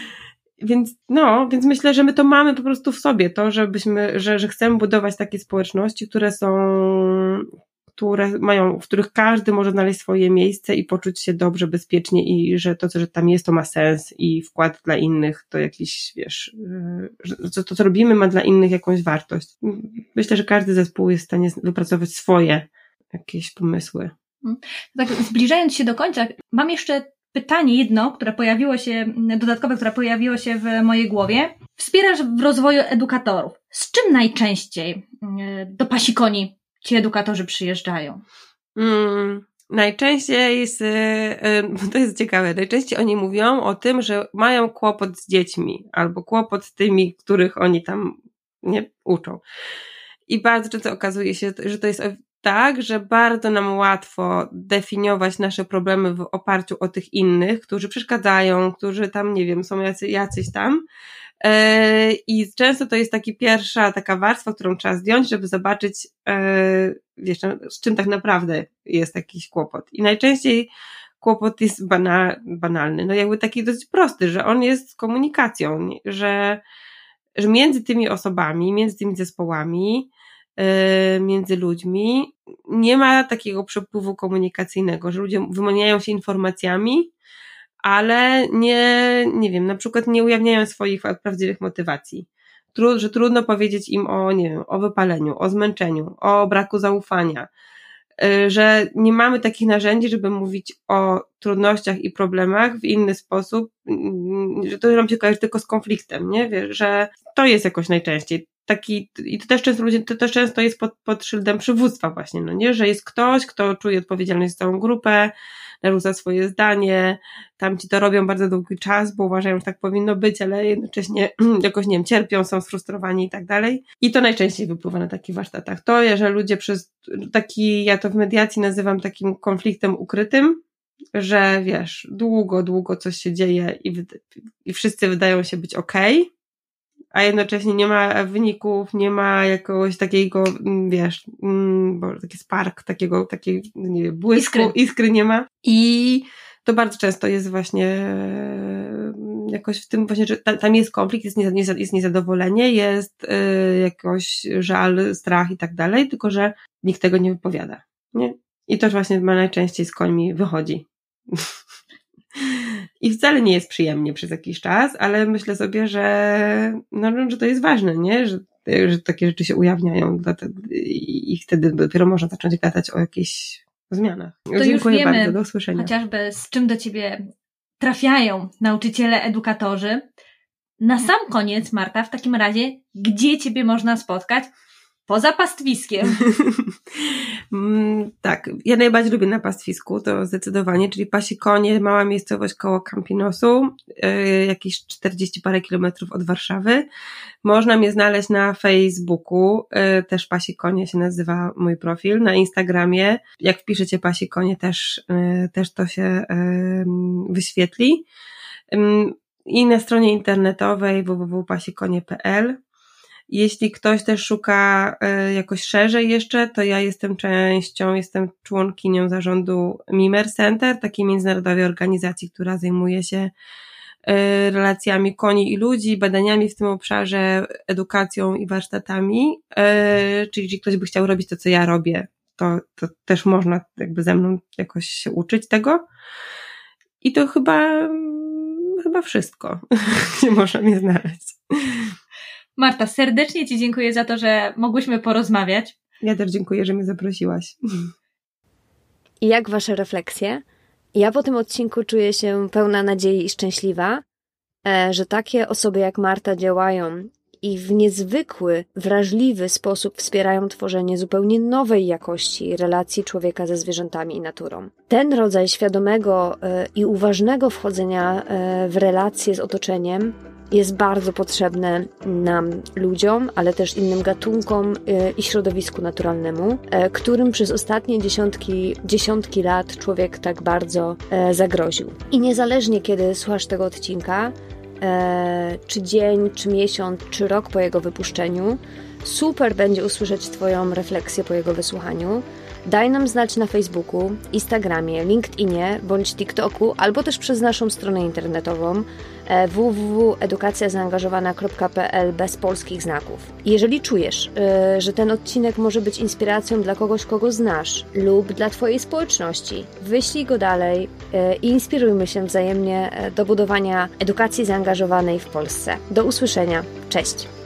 Więc, no, więc myślę, że my to mamy po prostu w sobie, to, żebyśmy, że, że chcemy budować takie społeczności, które są, które mają, w których każdy może znaleźć swoje miejsce i poczuć się dobrze, bezpiecznie i że to, co że tam jest, to ma sens i wkład dla innych to jakiś, wiesz, że to, to, co robimy, ma dla innych jakąś wartość. Myślę, że każdy zespół jest w stanie wypracować swoje jakieś pomysły. Tak, zbliżając się do końca, mam jeszcze pytanie jedno, które pojawiło się, dodatkowe, które pojawiło się w mojej głowie. Wspierasz w rozwoju edukatorów. Z czym najczęściej do Pasikoni ci edukatorzy przyjeżdżają? Hmm, najczęściej, z, to jest ciekawe, najczęściej oni mówią o tym, że mają kłopot z dziećmi albo kłopot z tymi, których oni tam nie uczą. I bardzo często okazuje się, że to jest tak, że bardzo nam łatwo definiować nasze problemy w oparciu o tych innych, którzy przeszkadzają, którzy tam, nie wiem, są jacy, jacyś tam. I często to jest taka pierwsza taka warstwa, którą trzeba zdjąć, żeby zobaczyć, wiesz, z czym tak naprawdę jest jakiś kłopot. I najczęściej kłopot jest bana, banalny, no jakby taki dość prosty, że on jest z komunikacją, że, że między tymi osobami, między tymi zespołami, między ludźmi nie ma takiego przepływu komunikacyjnego, że ludzie wymieniają się informacjami, ale nie, nie wiem, na przykład nie ujawniają swoich prawdziwych motywacji. Trud, że trudno powiedzieć im o, nie wiem, o wypaleniu, o zmęczeniu, o braku zaufania, że nie mamy takich narzędzi, żeby mówić o trudnościach i problemach w inny sposób, że to nam się kojarzy tylko z konfliktem, nie? Wiesz, że to jest jakoś najczęściej taki, i to też często ludzie, to też często jest pod, pod szyldem przywództwa właśnie, no nie? Że jest ktoś, kto czuje odpowiedzialność za całą grupę, narzuca swoje zdanie, tam ci to robią bardzo długi czas, bo uważają, że tak powinno być, ale jednocześnie jakoś, nie wiem, cierpią, są sfrustrowani i tak dalej. I to najczęściej wypływa na takich warsztatach. To, że ludzie przez taki, ja to w mediacji nazywam takim konfliktem ukrytym, że wiesz, długo, długo coś się dzieje i, i wszyscy wydają się być okej, okay, a jednocześnie nie ma wyników, nie ma jakiegoś takiego, wiesz, bo taki spark, takiego, takiej, nie wiem, błysku, iskry. iskry nie ma. I to bardzo często jest właśnie jakoś w tym właśnie, że tam jest konflikt, jest, nie, jest niezadowolenie, jest y, jakoś żal, strach i tak dalej, tylko że nikt tego nie wypowiada, nie? I to właśnie ma najczęściej z końmi wychodzi. I wcale nie jest przyjemnie przez jakiś czas, ale myślę sobie, że, no, że to jest ważne, nie? Że, że takie rzeczy się ujawniają i wtedy dopiero można zacząć gadać o jakichś zmianach. To Dziękuję już wiemy, bardzo, do usłyszenia. Chociażby z czym do Ciebie trafiają nauczyciele, edukatorzy. Na sam koniec, Marta, w takim razie, gdzie Ciebie można spotkać? Poza pastwiskiem. Tak, ja najbardziej lubię na pastwisku, to zdecydowanie, czyli Pasikonie, mała miejscowość koło Campinosu, yy, jakieś czterdzieści parę kilometrów od Warszawy. Można mnie znaleźć na Facebooku, yy, też Pasikonie się nazywa mój profil, na Instagramie, jak wpiszecie Pasikonie też, yy, też to się yy, wyświetli. Yy, I na stronie internetowej w w w kropka pasikonie kropka p l. Jeśli ktoś też szuka y, jakoś szerzej jeszcze, to ja jestem częścią, jestem członkinią zarządu Mimer Center, takiej międzynarodowej organizacji, która zajmuje się y, relacjami koni i ludzi, badaniami w tym obszarze, edukacją i warsztatami, y, czyli jeśli ktoś by chciał robić to, co ja robię, to, to też można jakby ze mną jakoś się uczyć tego. I to chyba, chyba wszystko, gdzie można mnie znaleźć. Marta, serdecznie Ci dziękuję za to, że mogłyśmy porozmawiać. Ja też dziękuję, że mnie zaprosiłaś. I jak Wasze refleksje? Ja po tym odcinku czuję się pełna nadziei i szczęśliwa, że takie osoby jak Marta działają i w niezwykły, wrażliwy sposób wspierają tworzenie zupełnie nowej jakości relacji człowieka ze zwierzętami i naturą. Ten rodzaj świadomego i uważnego wchodzenia w relacje z otoczeniem jest bardzo potrzebne nam, ludziom, ale też innym gatunkom i środowisku naturalnemu, którym przez ostatnie dziesiątki, dziesiątki lat człowiek tak bardzo zagroził. I niezależnie kiedy słuchasz tego odcinka, czy dzień, czy miesiąc, czy rok po jego wypuszczeniu, super będzie usłyszeć Twoją refleksję po jego wysłuchaniu. Daj nam znać na Facebooku, Instagramie, LinkedInie bądź TikToku, albo też przez naszą stronę internetową w w w kropka edukacja zaangażowana kropka p l bez polskich znaków. Jeżeli czujesz, że ten odcinek może być inspiracją dla kogoś, kogo znasz lub dla Twojej społeczności, wyślij go dalej i inspirujmy się wzajemnie do budowania edukacji zaangażowanej w Polsce. Do usłyszenia. Cześć!